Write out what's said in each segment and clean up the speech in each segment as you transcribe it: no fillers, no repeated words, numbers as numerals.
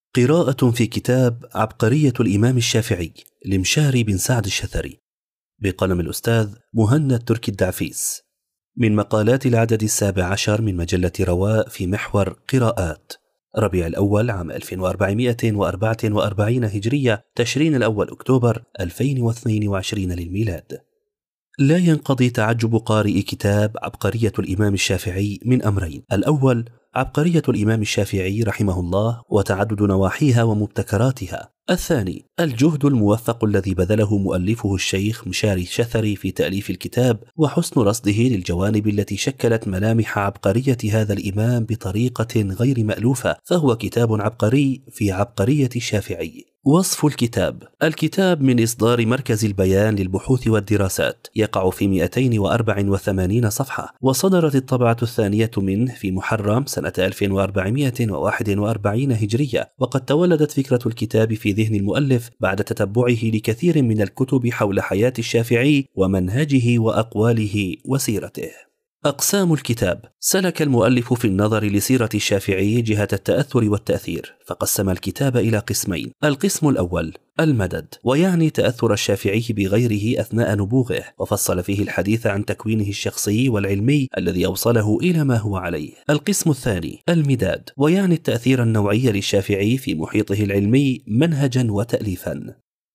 قراءة في كتاب عبقرية الإمام الشافعي لمشاري بن سعد الشثري بقلم الأستاذ مهند تركي الدعفيس، من مقالات العدد 17 من مجلة رواء في محور قراءات، ربيع الأول عام 1444 هجرية، تشرين الأول أكتوبر 2022 للميلاد. لا ينقضي تعجب قارئ كتاب عبقرية الإمام الشافعي من أمرين: الأول عبقرية الإمام الشافعي رحمه الله وتعدد نواحيها ومبتكراتها. الثاني الجهد الموفق الذي بذله مؤلفه الشيخ مشاري الشثري في تأليف الكتاب وحسن رصده للجوانب التي شكلت ملامح عبقرية هذا الإمام بطريقة غير مألوفة، فهو كتاب عبقري في عبقرية الشافعي. وصف الكتاب: الكتاب من إصدار مركز البيان للبحوث والدراسات، يقع في 284 صفحة، وصدرت الطبعة الثانية منه في محرم سنة 1441 هجرية. وقد تولدت فكرة الكتاب في ذهن المؤلف بعد تتبعه لكثير من الكتب حول حياة الشافعي ومنهجه وأقواله وسيرته. أقسام الكتاب: سلك المؤلف في النظر لسيرة الشافعي جهة التأثر والتأثير، فقسم الكتاب إلى قسمين: القسم الأول المدد، ويعني تأثر الشافعي بغيره أثناء نبوغه، وفصل فيه الحديث عن تكوينه الشخصي والعلمي الذي أوصله إلى ما هو عليه. القسم الثاني المداد، ويعني التأثير النوعي للشافعي في محيطه العلمي منهجا وتأليفا.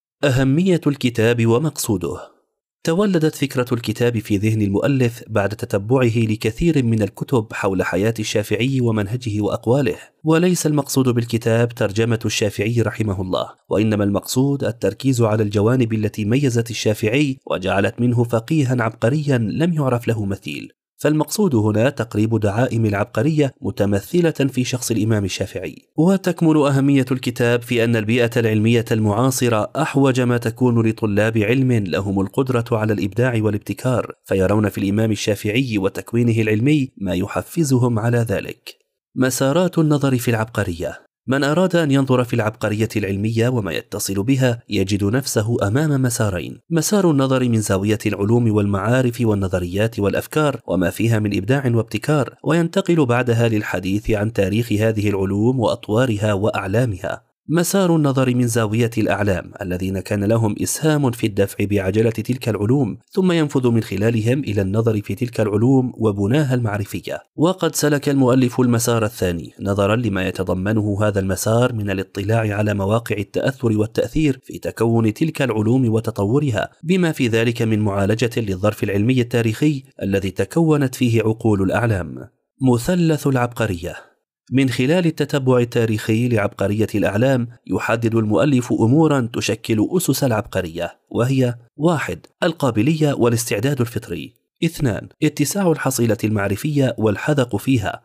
أهمية الكتاب ومقصوده: تولدت فكرة الكتاب في ذهن المؤلف بعد تتبعه لكثير من الكتب حول حياة الشافعي ومنهجه وأقواله، وليس المقصود بالكتاب ترجمة الشافعي رحمه الله، وإنما المقصود التركيز على الجوانب التي ميزت الشافعي وجعلت منه فقيها عبقريا لم يعرف له مثيل. فالمقصود هنا تقريب دعائم العبقرية متمثلة في شخص الإمام الشافعي. وتكمن أهمية الكتاب في أن البيئة العلمية المعاصرة أحوج ما تكون لطلاب علم لهم القدرة على الإبداع والابتكار، فيرون في الإمام الشافعي وتكوينه العلمي ما يحفزهم على ذلك. مسارات النظر في العبقرية: من أراد أن ينظر في العبقرية العلمية وما يتصل بها يجد نفسه أمام مسارين: مسار النظر من زاوية العلوم والمعارف والنظريات والأفكار وما فيها من إبداع وابتكار، وينتقل بعدها للحديث عن تاريخ هذه العلوم وأطوارها وأعلامها. مسار النظر من زاوية الأعلام الذين كان لهم إسهام في الدفع بعجلة تلك العلوم، ثم ينفذ من خلالهم إلى النظر في تلك العلوم وبناها المعرفية. وقد سلك المؤلف المسار الثاني نظرا لما يتضمنه هذا المسار من الاطلاع على مواقع التأثر والتأثير في تكون تلك العلوم وتطورها، بما في ذلك من معالجة للظرف العلمي التاريخي الذي تكونت فيه عقول الأعلام. مثلث العبقرية: من خلال التتبع التاريخي لعبقرية الأعلام يحدد المؤلف أمورا تشكل أسس العبقرية، وهي: 1. القابلية والاستعداد الفطري. 2. اتساع الحصيلة المعرفية والحذق فيها.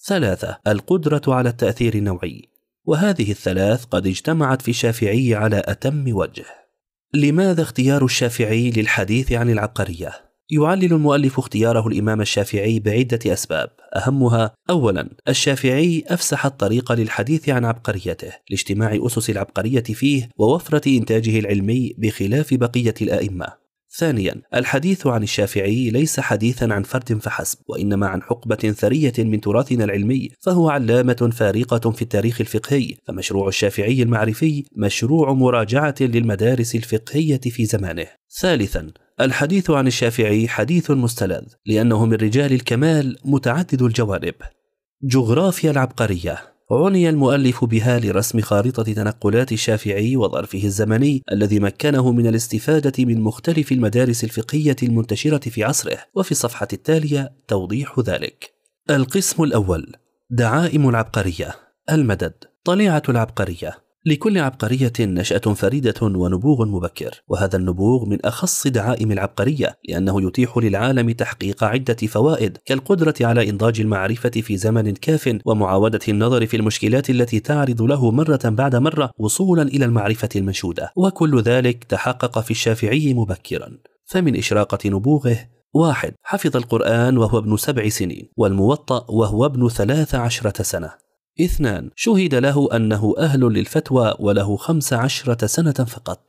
3. القدرة على التأثير النوعي. وهذه الثلاث قد اجتمعت في الشافعي على أتم وجه. لماذا اختيار الشافعي للحديث عن العبقرية؟ يعلل المؤلف اختياره الإمام الشافعي بعدة أسباب، أهمها: أولا الشافعي أفسح الطريق للحديث عن عبقريته لاجتماع أسس العبقرية فيه ووفرة إنتاجه العلمي بخلاف بقية الآئمة. ثانيا الحديث عن الشافعي ليس حديثا عن فرد فحسب، وإنما عن حقبة ثرية من تراثنا العلمي، فهو علامة فارقة في التاريخ الفقهي، فمشروع الشافعي المعرفي مشروع مراجعة للمدارس الفقهية في زمانه. ثالثا الحديث عن الشافعي حديث مستلذ لأنه من رجال الكمال متعدد الجوانب. جغرافيا العبقرية: عني المؤلف بها لرسم خارطة تنقلات الشافعي وظرفه الزمني الذي مكنه من الاستفادة من مختلف المدارس الفقهية المنتشرة في عصره، وفي الصفحة التالية توضيح ذلك. القسم الأول دعائم العبقرية. المدد: طليعة العبقرية. لكل عبقرية نشأة فريدة ونبوغ مبكر، وهذا النبوغ من أخص دعائم العبقرية لأنه يتيح للعالم تحقيق عدة فوائد، كالقدرة على إنضاج المعرفة في زمن كاف، ومعاودة النظر في المشكلات التي تعرض له مرة بعد مرة وصولا إلى المعرفة المنشودة، وكل ذلك تحقق في الشافعي مبكرا. فمن إشراقة نبوغه: 1. حفظ القرآن وهو ابن 7 سنين، والموطأ وهو ابن 13 سنة. 2. شهد له أنه أهل للفتوى وله 15 سنة فقط.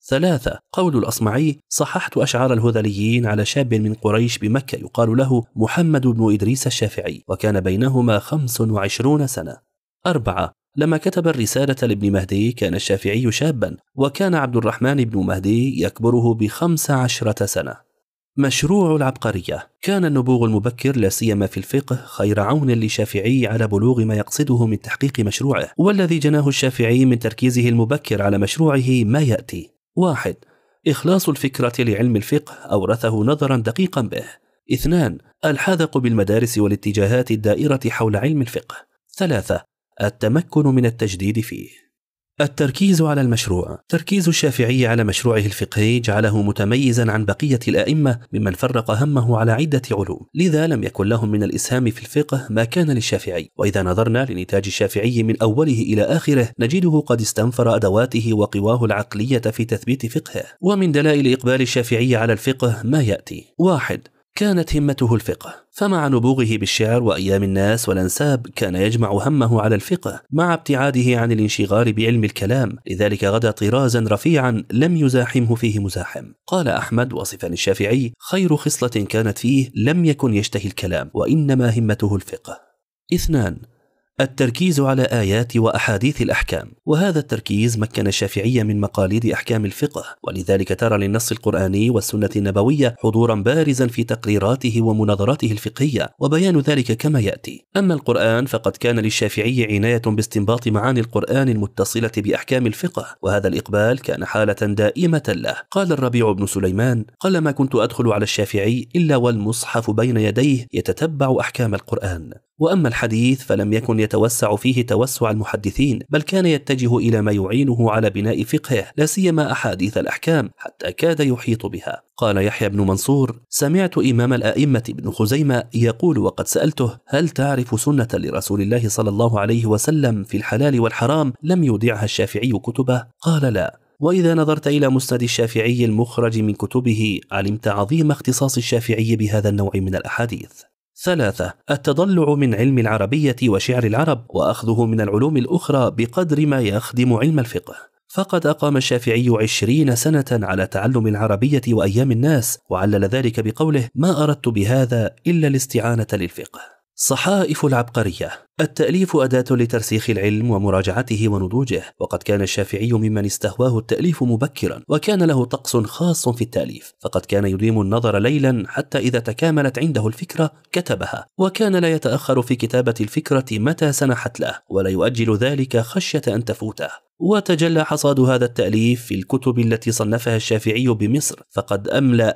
3. قول الأصمعي: صححت أشعار الهذليين على شاب من قريش بمكة يقال له محمد بن إدريس الشافعي، وكان بينهما 25 سنة. 4. لما كتب الرسالة لابن مهدي كان الشافعي شابا، وكان عبد الرحمن بن مهدي يكبره ب15 سنة. مشروع العبقرية. كان النبوغ المبكر لا سيما في الفقه خير عون للشافعي على بلوغ ما يقصده من تحقيق مشروعه، والذي جناه الشافعي من تركيزه المبكر على مشروعه ما يأتي: 1. إخلاص الفكرة لعلم الفقه أورثه نظرا دقيقا به. 2. الحذق بالمدارس والاتجاهات الدائرة حول علم الفقه. 3. التمكن من التجديد فيه. التركيز على المشروع. تركيز الشافعي على مشروعه الفقهي جعله متميزا عن بقية الآئمة ممن فرق همه على عدة علوم، لذا لم يكن لهم من الإسهام في الفقه ما كان للشافعي. وإذا نظرنا لنتاج الشافعي من أوله إلى آخره نجده قد استنفر أدواته وقواه العقلية في تثبيت فقهه. ومن دلائل إقبال الشافعي على الفقه ما يأتي: 1. كانت همته الفقه، فمع نبوغه بالشعر وأيام الناس والأنساب كان يجمع همه على الفقه مع ابتعاده عن الانشغال بعلم الكلام، لذلك غدا طرازا رفيعا لم يزاحمه فيه مزاحم. قال أحمد وصفا الشافعي: خير خصلة كانت فيه لم يكن يشتهي الكلام وإنما همته الفقه. 2. التركيز على آيات وأحاديث الأحكام، وهذا التركيز مكن الشافعي من مقاليد أحكام الفقه، ولذلك ترى للنص القرآني والسنة النبوية حضورا بارزا في تقريراته ومناظراته الفقهية، وبيان ذلك كما يأتي: أما القرآن فقد كان للشافعي عناية باستنباط معاني القرآن المتصلة بأحكام الفقه، وهذا الإقبال كان حالة دائمة له. قال الربيع بن سليمان: قلما كنت أدخل على الشافعي إلا والمصحف بين يديه يتتبع أحكام القرآن. وأما الحديث فلم يكن يتوسع فيه توسع المحدثين، بل كان يتجه إلى ما يعينه على بناء فقهه، لا سيما أحاديث الأحكام، حتى كاد يحيط بها. قال يحيى بن منصور: سمعت إمام الآئمة ابن خزيمة يقول وقد سألته: هل تعرف سنة لرسول الله صلى الله عليه وسلم في الحلال والحرام لم يودعها الشافعي كتبه؟ قال: لا. وإذا نظرت إلى مسند الشافعي المخرج من كتبه علمت عظيم اختصاص الشافعي بهذا النوع من الأحاديث. 3. التضلع من علم العربية وشعر العرب وأخذه من العلوم الأخرى بقدر ما يخدم علم الفقه، فقد أقام الشافعي 20 سنة على تعلم العربية وأيام الناس، وعلل ذلك بقوله: ما أردت بهذا إلا الاستعانة للفقه. صحائف العبقرية. التأليف أداة لترسيخ العلم ومراجعته ونضوجه، وقد كان الشافعي ممن استهواه التأليف مبكرا، وكان له طقس خاص في التأليف، فقد كان يديم النظر ليلا حتى إذا تكاملت عنده الفكرة كتبها، وكان لا يتأخر في كتابة الفكرة متى سنحت له، ولا يؤجل ذلك خشية أن تفوته. وتجلى حصاد هذا التأليف في الكتب التي صنفها الشافعي بمصر، فقد أملى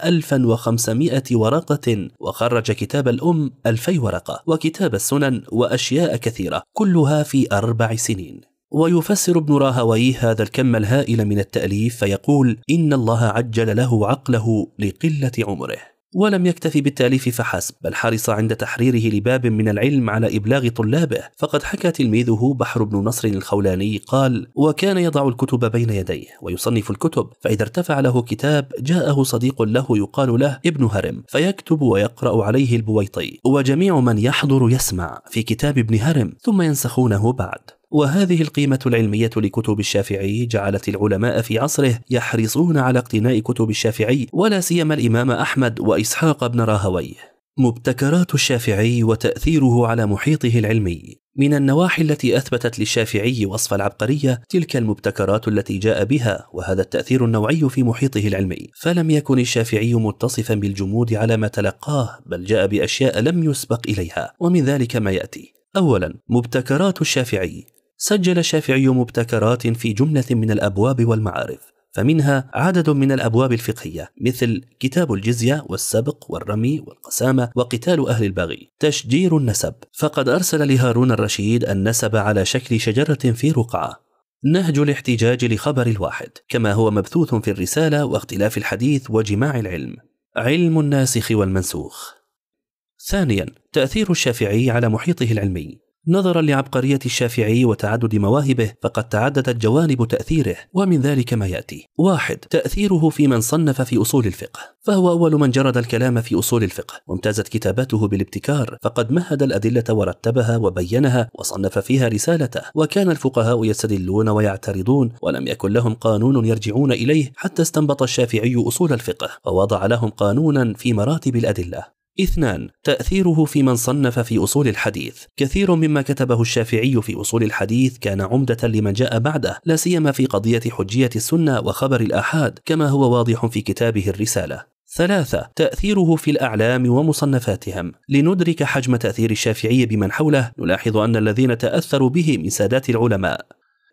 1500 ورقة، وخرج كتاب الأم 2000 ورقة، وكتاب السنن وأشياء كثيرة، كلها في 4 سنين. ويفسر ابن راهويه هذا الكم الهائل من التأليف فيقول: إن الله عجل له عقله لقلة عمره. ولم يكتفي بالتأليف فحسب، بل حرص عند تحريره لباب من العلم على إبلاغ طلابه، فقد حكى تلميذه بحر بن نصر الخولاني قال: وكان يضع الكتب بين يديه ويصنف الكتب، فإذا ارتفع له كتاب جاءه صديق له يقال له ابن هرم فيكتب ويقرأ عليه البويطي، وجميع من يحضر يسمع في كتاب ابن هرم ثم ينسخونه بعد. وهذه القيمة العلمية لكتب الشافعي جعلت العلماء في عصره يحرصون على اقتناء كتب الشافعي، ولا سيما الإمام أحمد وإسحاق بن راهويه. مبتكرات الشافعي وتأثيره على محيطه العلمي. من النواحي التي أثبتت للشافعي وصف العبقرية تلك المبتكرات التي جاء بها، وهذا التأثير النوعي في محيطه العلمي، فلم يكن الشافعي متصفا بالجمود على ما تلقاه، بل جاء بأشياء لم يسبق إليها، ومن ذلك ما يأتي: أولا، مبتكرات الشافعي. سجل الشافعي مبتكرات في جملة من الأبواب والمعارف، فمنها عدد من الأبواب الفقهية مثل كتاب الجزية والسبق والرمي والقسامة وقتال أهل البغي، تشجير النسب، فقد أرسل لهارون الرشيد النسب على شكل شجرة في رقعة، نهج الاحتجاج لخبر الواحد كما هو مبثوث في الرسالة واختلاف الحديث وجماع العلم، علم الناسخ والمنسوخ. ثانيا، تأثير الشافعي على محيطه العلمي. نظرا لعبقرية الشافعي وتعدد مواهبه فقد تعددت جوانب تأثيره، ومن ذلك ما يأتي: 1. تأثيره في من صنف في أصول الفقه، فهو أول من جرد الكلام في أصول الفقه، وامتازت كتابته بالابتكار، فقد مهد الأدلة ورتبها وبينها وصنف فيها رسالته، وكان الفقهاء يستدلون ويعترضون ولم يكن لهم قانون يرجعون إليه، حتى استنبط الشافعي أصول الفقه ووضع لهم قانونا في مراتب الأدلة. 2. تأثيره في من صنف في أصول الحديث. كثير مما كتبه الشافعي في أصول الحديث كان عمدة لمن جاء بعده، لا سيما في قضية حجية السنة وخبر الآحاد، كما هو واضح في كتابه الرسالة. 3. تأثيره في الأعلام ومصنفاتهم. لندرك حجم تأثير الشافعي بمن حوله نلاحظ أن الذين تأثروا به من سادات العلماء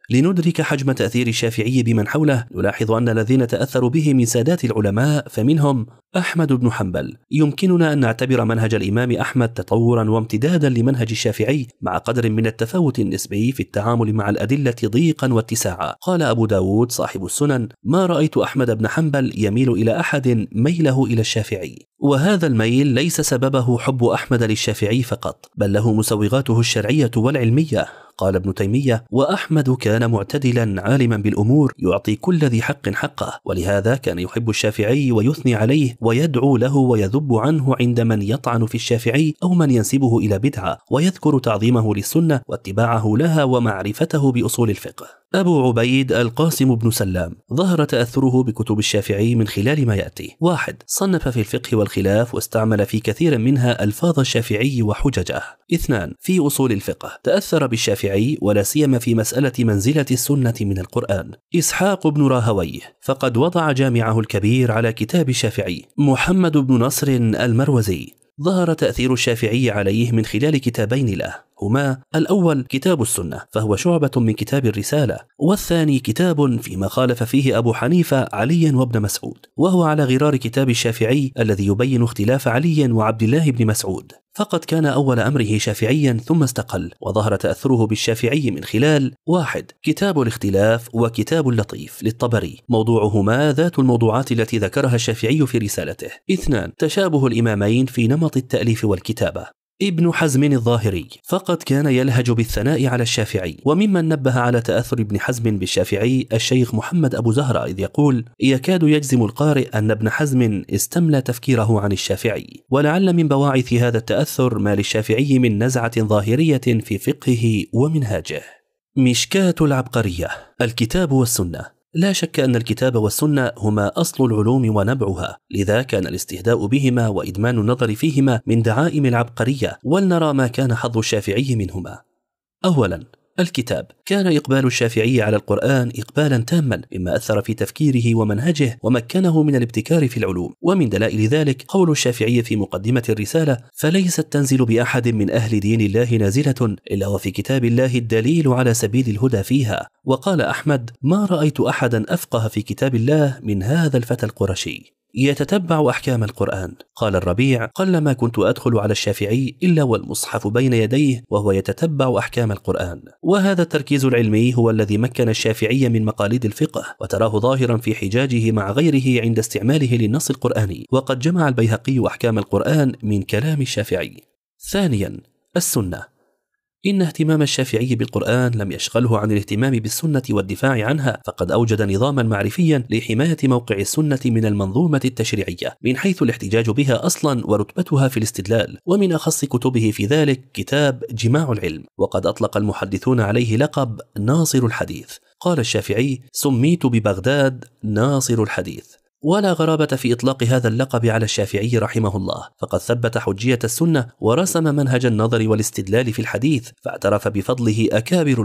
فمنهم أحمد بن حنبل. يمكننا أن نعتبر منهج الإمام أحمد تطورا وامتدادا لمنهج الشافعي مع قدر من التفاوت النسبي في التعامل مع الأدلة ضيقا واتساعا. قال أبو داود صاحب السنن: ما رأيت أحمد بن حنبل يميل إلى أحد ميله إلى الشافعي. وهذا الميل ليس سببه حب أحمد للشافعي فقط، بل له مسوغاته الشرعية والعلمية. قال ابن تيمية: وأحمد كان معتدلا عالما بالأمور، يعطي كل ذي حق حقه، ولهذا كان يحب الشافعي ويثني عليه ويدعو له ويذب عنه عند من يطعن في الشافعي أو من ينسبه إلى بدعة، ويذكر تعظيمه للسنة واتباعه لها ومعرفته بأصول الفقه. أبو عبيد القاسم بن سلام ظهر تأثره بكتب الشافعي من خلال ما يأتي: 1. صنف في الفقه والخلاف واستعمل في كثير منها ألفاظ الشافعي وحججه. 2. في أصول الفقه تأثر بالشافعي ولا سيما في مسألة منزلة السنة من القرآن. إسحاق بن راهويه فقد وضع جامعه الكبير على كتاب الشافعي. محمد بن نصر المروزي ظهر تأثير الشافعي عليه من خلال كتابين له، هما: الأول كتاب السنة، فهو شعبة من كتاب الرسالة، والثاني كتاب فيما خالف فيه أبو حنيفة عليا وابن مسعود، وهو على غرار كتاب الشافعي الذي يبين اختلاف علي وعبد الله بن مسعود. فقد كان أول أمره شافعيا ثم استقل، وظهر تأثره بالشافعي من خلال: 1. كتاب الاختلاف وكتاب اللطيف للطبري، موضوعهما ذات الموضوعات التي ذكرها الشافعي في رسالته. 2. تشابه الإمامين في نمط التأليف والكتابة. ابن حزم الظاهري فقد كان يلهج بالثناء على الشافعي، وممن نبه على تأثر ابن حزم بالشافعي الشيخ محمد أبو زهرة، إذ يقول: يكاد يجزم القارئ أن ابن حزم استملى تفكيره عن الشافعي. ولعل من بواعث هذا التأثر ما للشافعي من نزعة ظاهرية في فقهه ومنهاجه. مشكاة العبقرية. الكتاب والسنة. لا شك أن الكتاب والسنة هما أصل العلوم ونبعها، لذا كان الاستهداء بهما وإدمان النظر فيهما من دعائم العبقرية. ولنرى ما كان حظ الشافعي منهما. أولا، الكتاب. كان إقبال الشافعي على القرآن إقبالا تاما، مما أثر في تفكيره ومنهجه ومكنه من الابتكار في العلوم. ومن دلائل ذلك قول الشافعي في مقدمة الرسالة: فليست تنزل بأحد من أهل دين الله نازلة إلا وفي كتاب الله الدليل على سبيل الهدى فيها. وقال أحمد: ما رأيت أحدا أفقه في كتاب الله من هذا الفتى القرشي يتتبع أحكام القرآن. قال الربيع: قلما كنت أدخل على الشافعي إلا والمصحف بين يديه وهو يتتبع أحكام القرآن. وهذا التركيز العلمي هو الذي مكن الشافعي من مقاليد الفقه، وتراه ظاهرا في حجاجه مع غيره عند استعماله للنص القرآني. وقد جمع البيهقي أحكام القرآن من كلام الشافعي. ثانيا، السنة. إن اهتمام الشافعي بالقرآن لم يشغله عن الاهتمام بالسنة والدفاع عنها، فقد أوجد نظاما معرفيا لحماية موقع السنة من المنظومة التشريعية من حيث الاحتجاج بها أصلا ورتبتها في الاستدلال. ومن أخص كتبه في ذلك كتاب جماع العلم، وقد أطلق المحدثون عليه لقب ناصر الحديث. قال الشافعي: سميت ببغداد ناصر الحديث. ولا غرابة في إطلاق هذا اللقب على الشافعي رحمه الله، فقد ثبت حجية السنة ورسم منهج النظر والاستدلال في الحديث، فاعترف بفضله أكابر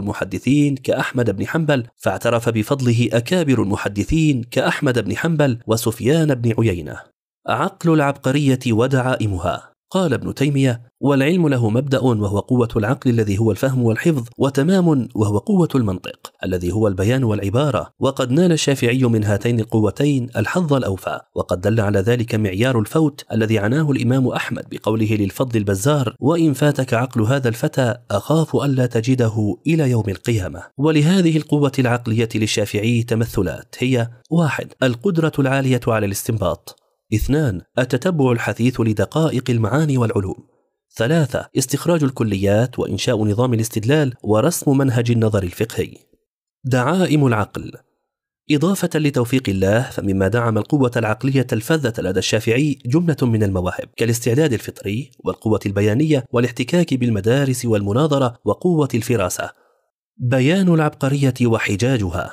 المحدثين كأحمد بن حنبل وسفيان بن عيينة. عقل العبقرية ودعائمها. قال ابن تيمية: والعلم له مبدأ وهو قوة العقل الذي هو الفهم والحفظ، وتمام وهو قوة المنطق الذي هو البيان والعبارة. وقد نال الشافعي من هاتين القوتين الحظ الأوفى، وقد دل على ذلك معيار الفوت الذي عناه الإمام أحمد بقوله للفضل البزار: وإن فاتك عقل هذا الفتى أخاف ألا تجده إلى يوم القيامة. ولهذه القوة العقلية للشافعي تمثلات هي: 1. القدرة العالية على الاستنباط. 2. التتبع الحثيث لدقائق المعاني والعلوم. 3. استخراج الكليات وإنشاء نظام الاستدلال ورسم منهج النظر الفقهي. دعائم العقل. إضافة لتوفيق الله، فمما دعم القوة العقلية الفذة لدى الشافعي جملة من المواهب كالاستعداد الفطري والقوة البيانية والاحتكاك بالمدارس والمناظرة وقوة الفراسة. بيان العبقرية وحجاجها.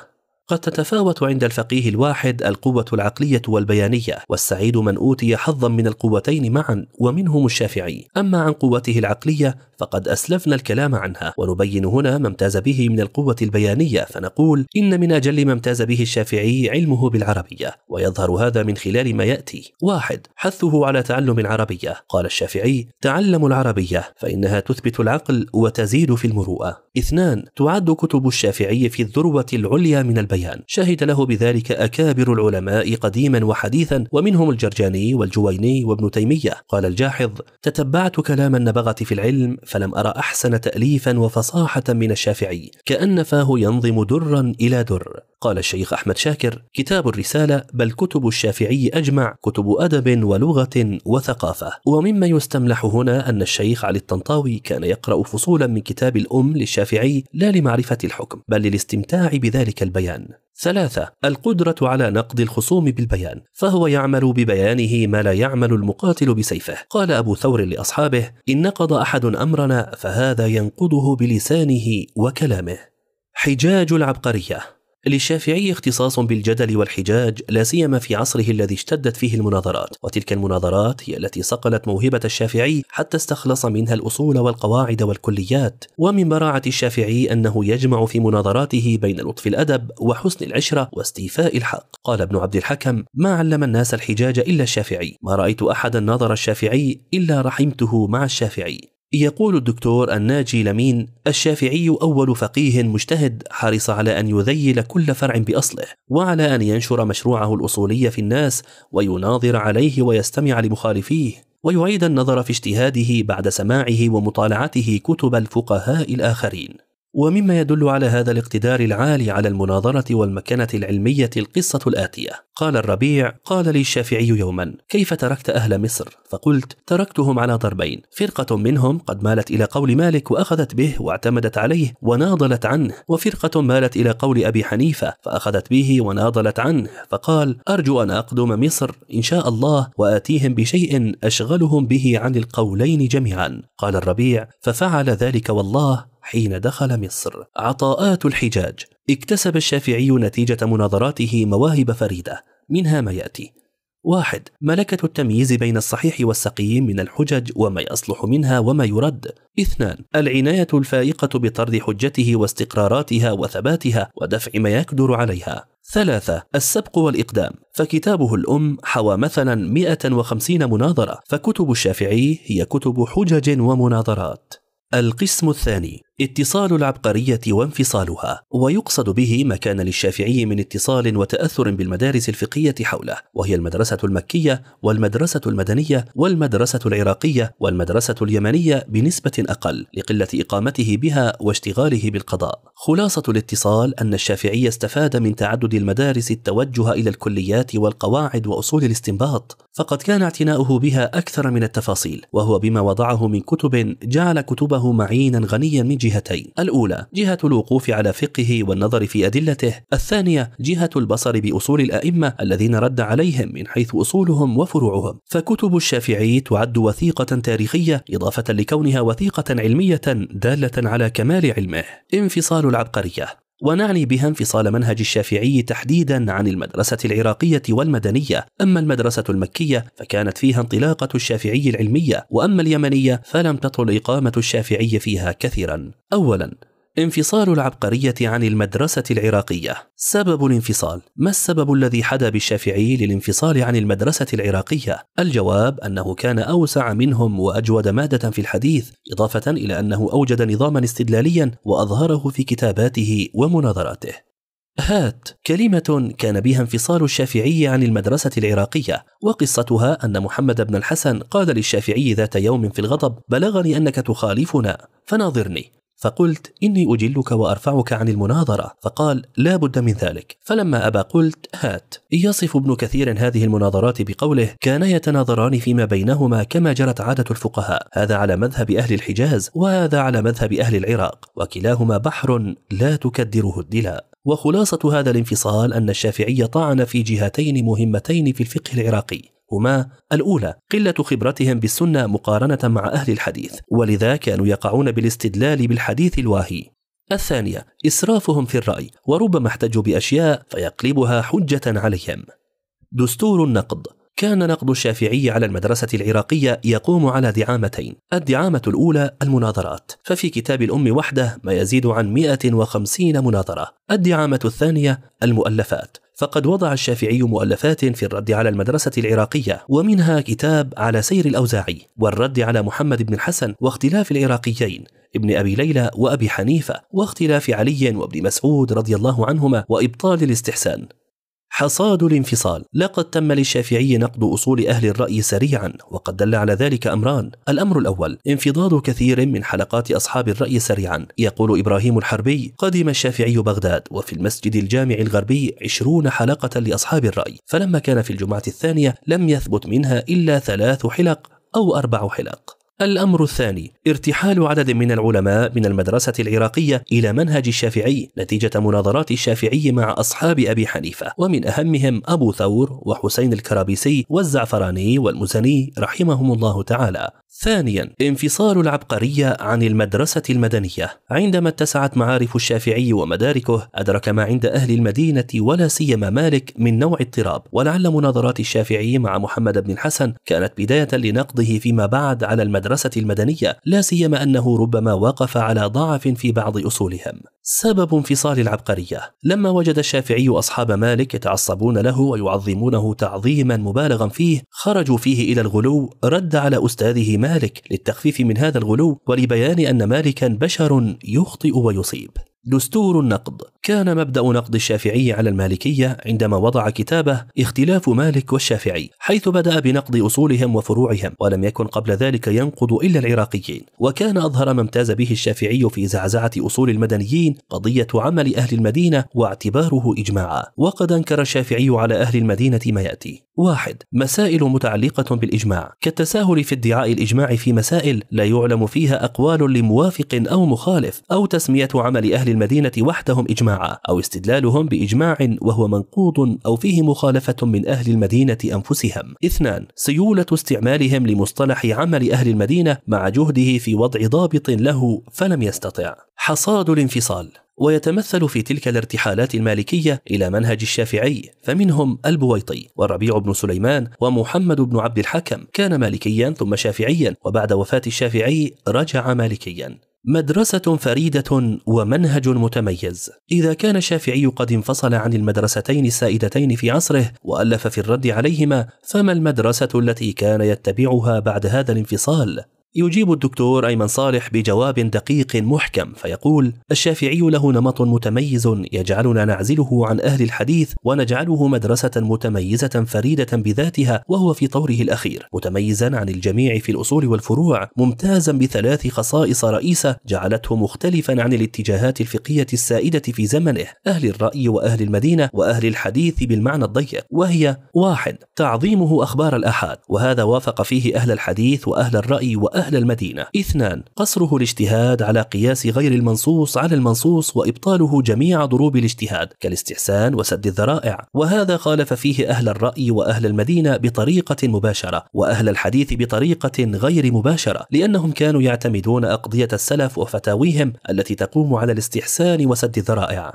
قد تتفاوت عند الفقيه الواحد القوة العقلية والبيانية، والسعيد من أوتي حظا من القوتين معا، ومنهم الشافعي. أما عن قوته العقلية فقد أسلفنا الكلام عنها، ونبين هنا ما امتاز به من القوة البيانية، فنقول إن من أجل ما امتاز به الشافعي علمه بالعربية، ويظهر هذا من خلال ما يأتي. 1. حثه على تعلم العربية. قال الشافعي: تعلموا العربية فإنها تثبت العقل وتزيد في المروءة. 2. تعد كتب الشافعي في الذروة العليا من البيان، شهد له بذلك أكابر العلماء قديما وحديثا، ومنهم الجرجاني والجويني وابن تيمية. قال الجاحظ: تتبعت كلام النبغة في العلم فلم أرى أحسن تأليفا وفصاحة من الشافعي، كأن فاه ينظم درا إلى در. قال الشيخ أحمد شاكر: كتاب الرسالة بل كتب الشافعي أجمع كتب أدب ولغة وثقافة. ومما يستملح هنا أن الشيخ علي الطنطاوي كان يقرأ فصولا من كتاب الأم للشافعي لا لمعرفة الحكم بل للاستمتاع بذلك البيان. 3. القدرة على نقد الخصوم بالبيان، فهو يعمل ببيانه ما لا يعمل المقاتل بسيفه. قال أبو ثور لأصحابه: إن نقض أحد أمرنا فهذا ينقضه بلسانه وكلامه. حجاج العبقرية. للشافعي اختصاص بالجدل والحجاج، لا سيما في عصره الذي اشتدت فيه المناظرات، وتلك المناظرات هي التي صقلت موهبة الشافعي حتى استخلص منها الأصول والقواعد والكليات. ومن براعة الشافعي أنه يجمع في مناظراته بين لطف الأدب وحسن العشرة واستيفاء الحق. قال ابن عبد الحكم: ما علم الناس الحجاج إلا الشافعي، ما رأيت أحدا نظر الشافعي إلا رحمته مع الشافعي. يقول الدكتور الناجي لمين: الشافعي أول فقيه مجتهد حرص على أن يذيل كل فرع بأصله، وعلى أن ينشر مشروعه الأصولي في الناس، ويناظر عليه ويستمع لمخالفيه، ويعيد النظر في اجتهاده بعد سماعه ومطالعته كتب الفقهاء الآخرين. ومما يدل على هذا الاقتدار العالي على المناظرة والمكانة العلمية القصة الآتية. قال الربيع: قال لي الشافعي يوما: كيف تركت أهل مصر؟ فقلت: تركتهم على ضربين، فرقة منهم قد مالت إلى قول مالك وأخذت به واعتمدت عليه وناضلت عنه، وفرقة مالت إلى قول أبي حنيفة فأخذت به وناضلت عنه، فقال: أرجو أن أقدم مصر إن شاء الله وآتيهم بشيء أشغلهم به عن القولين جميعا. قال الربيع: ففعل ذلك والله حين دخل مصر. عطاءات الحجاج. اكتسب الشافعي نتيجة مناظراته مواهب فريدة، منها ما يأتي: 1. ملكة التمييز بين الصحيح والسقيم من الحجج وما يصلح منها وما يرد. 2. العناية الفائقة بطرد حجته واستقراراتها وثباتها ودفع ما يقدر عليها. 3. السبق والإقدام، فكتابه الأم حوى مثلا 150 مناظرة، فكتب الشافعي هي كتب حجج ومناظرات. القسم الثاني: اتصال العبقرية وانفصالها، ويقصد به ما كان للشافعي من اتصال وتأثر بالمدارس الفقهية حوله، وهي المدرسة المكية والمدرسة المدنية والمدرسة العراقية والمدرسة اليمنية بنسبة أقل لقلة إقامته بها واشتغاله بالقضاء. خلاصة الاتصال أن الشافعي استفاد من تعدد المدارس التوجه إلى الكليات والقواعد وأصول الاستنباط، فقد كان اعتناؤه بها أكثر من التفاصيل، وهو بما وضعه من كتب جعل كتبه معينا غنيا من جهتين: الأولى جهة الوقوف على فقهه والنظر في أدلته، الثانية جهة البصر بأصول الأئمة الذين رد عليهم من حيث أصولهم وفروعهم. فكتب الشافعي تعد وثيقة تاريخية إضافة لكونها وثيقة علمية دالة على كمال علمه. انفصال العبقرية، ونعني بها انفصال منهج الشافعي تحديدا عن المدرسة العراقية والمدنية. أما المدرسة المكية فكانت فيها انطلاقة الشافعي العلمية، وأما اليمنية فلم تطل إقامة الشافعي فيها كثيرا. أولا، انفصال العبقرية عن المدرسة العراقية. سبب الانفصال: ما السبب الذي حدا بالشافعي للانفصال عن المدرسة العراقية؟ الجواب أنه كان أوسع منهم وأجود مادة في الحديث، إضافة إلى أنه أوجد نظاما استدلاليا وأظهره في كتاباته ومناظراته. هات كلمة كان بها انفصال الشافعي عن المدرسة العراقية، وقصتها أن محمد بن الحسن قال للشافعي ذات يوم في الغضب: بلغني أنك تخالفنا فناظرني. فقلت: إني أجلك وأرفعك عن المناظرة. فقال: لا بد من ذلك. فلما أبى قلت: هات. يصف ابن كثير هذه المناظرات بقوله: كان يتناظران فيما بينهما كما جرت عادة الفقهاء، هذا على مذهب أهل الحجاز وهذا على مذهب أهل العراق، وكلاهما بحر لا تكدره الدلاء. وخلاصة هذا الانفصال أن الشافعي طعن في جهتين مهمتين في الفقه العراقي، هما: الأولى قلة خبرتهم بالسنة مقارنة مع أهل الحديث، ولذا كانوا يقعون بالاستدلال بالحديث الواهي. الثانية إسرافهم في الرأي، وربما احتجوا بأشياء فيقلبها حجة عليهم. دستور النقد. كان نقد الشافعي على المدرسة العراقية يقوم على دعامتين. الدعامة الأولى المناظرات، ففي كتاب الأم وحده ما يزيد عن 150 مناظرة. الدعامة الثانية المؤلفات، فقد وضع الشافعي مؤلفات في الرد على المدرسة العراقية، ومنها كتاب على سير الأوزاعي والرد على محمد بن الحسن واختلاف العراقيين ابن أبي ليلى وأبي حنيفة، واختلاف علي وابن مسعود رضي الله عنهما، وإبطال الاستحسان. حصاد الانفصال. لقد تم للشافعي نقد أصول أهل الرأي سريعا، وقد دل على ذلك أمران. الأمر الأول انفضاض كثير من حلقات أصحاب الرأي سريعا. يقول إبراهيم الحربي: قدم الشافعي بغداد وفي المسجد الجامع الغربي 20 حلقة لأصحاب الرأي، فلما كان في الجمعة الثانية لم يثبت منها إلا 3 حلق أو 4 حلق. الأمر الثاني ارتحال عدد من العلماء من المدرسة العراقية إلى منهج الشافعي نتيجة مناظرات الشافعي مع أصحاب أبي حنيفة، ومن أهمهم أبو ثور وحسين الكرابيسي والزعفراني والمزني رحمهم الله تعالى. ثانيا انفصال العبقرية عن المدرسة المدنية. عندما اتسعت معارف الشافعي ومداركه أدرك ما عند أهل المدينة ولا سيما مالك من نوع اضطراب، ولعل مناظرات الشافعي مع محمد بن الحسن كانت بداية لنقضه فيما بعد على المدرسة المدنية، لا سيما أنه ربما وقف على ضعف في بعض أصولهم. سبب انفصال العبقرية. لما وجد الشافعي أصحاب مالك يتعصبون له ويعظمونه تعظيما مبالغا فيه، خرجوا فيه إلى الغلو، رد على أستاذه مالك للتخفيف من هذا الغلو ولبيان أن مالكا بشر يخطئ ويصيب. دستور النقد. كان مبدأ نقد الشافعي على المالكية عندما وضع كتابه اختلاف مالك والشافعي، حيث بدأ بنقد أصولهم وفروعهم، ولم يكن قبل ذلك ينقد إلا العراقيين. وكان أظهر ما امتاز به الشافعي في زعزعة أصول المدنيين قضية عمل أهل المدينة واعتباره إجماعا. وقد أنكر الشافعي على أهل المدينة ما يأتي: 1. مسائل متعلقة بالإجماع، كالتساهل في ادعاء الإجماع في مسائل لا يعلم فيها أقوال لموافق أو مخالف، أو تسمية عمل أهل المدينة وحدهم إجماعا، أو استدلالهم بإجماع وهو منقوض أو فيه مخالفة من أهل المدينة أنفسهم. 2. سيولة استعمالهم لمصطلح عمل أهل المدينة مع جهده في وضع ضابط له فلم يستطع. حصاد الانفصال. ويتمثل في تلك الارتحالات المالكية إلى منهج الشافعي، فمنهم البويطي والربيع بن سليمان ومحمد بن عبد الحكم، كان مالكيا ثم شافعيا، وبعد وفاة الشافعي رجع مالكيا. مدرسة فريدة ومنهج متميز. إذا كان الشافعي قد انفصل عن المدرستين السائدتين في عصره وألف في الرد عليهما، فما المدرسة التي كان يتبعها بعد هذا الانفصال؟ يجيب الدكتور أيمن صالح بجواب دقيق محكم فيقول: الشافعي له نمط متميز يجعلنا نعزله عن أهل الحديث ونجعله مدرسة متميزة فريدة بذاتها، وهو في طوره الأخير متميزا عن الجميع في الأصول والفروع، ممتازا ب3 خصائص رئيسة جعلته مختلفا عن الاتجاهات الفقهية السائدة في زمنه، أهل الرأي وأهل المدينة وأهل الحديث بالمعنى الضيق، وهي: 1. تعظيمه أخبار الآحاد، وهذا وافق فيه أهل الحديث وأهل الرأي وأهل المدينة. 2. قصره الاجتهاد على قياس غير المنصوص على المنصوص وإبطاله جميع ضروب الاجتهاد كالاستحسان وسد الذرائع، وهذا خالف فيه أهل الرأي وأهل المدينة بطريقة مباشرة، وأهل الحديث بطريقة غير مباشرة، لأنهم كانوا يعتمدون أقضية السلف وفتاويهم التي تقوم على الاستحسان وسد الذرائع.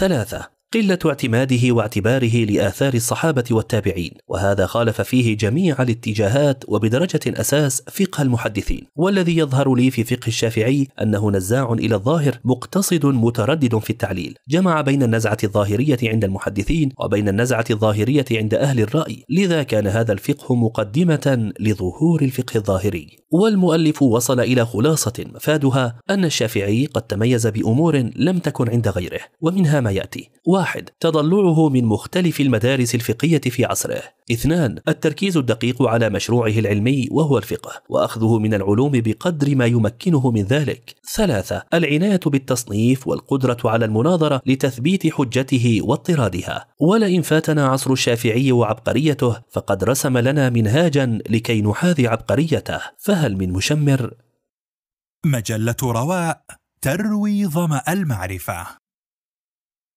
3. قلة اعتماده واعتباره لآثار الصحابة والتابعين، وهذا خالف فيه جميع الاتجاهات وبدرجة أساس فقه المحدثين. والذي يظهر لي في فقه الشافعي أنه نزاع إلى الظاهر مقتصد متردد في التعليل، جمع بين النزعة الظاهرية عند المحدثين وبين النزعة الظاهرية عند أهل الرأي، لذا كان هذا الفقه مقدمة لظهور الفقه الظاهري. والمؤلف وصل إلى خلاصة مفادها أن الشافعي قد تميز بأمور لم تكن عند غيره، ومنها ما يأتي: 1. تضلعه من مختلف المدارس الفقهية في عصره. 2. التركيز الدقيق على مشروعه العلمي وهو الفقه، وأخذه من العلوم بقدر ما يمكنه من ذلك. 3. العناية بالتصنيف والقدرة على المناظرة لتثبيت حجته واضطرادها. ولئن فاتنا عصر الشافعي وعبقريته فقد رسم لنا منهاجا لكي نحاذي عبقريته، فهل من مشمر؟ مجلة رواء تروي ظمأ المعرفة.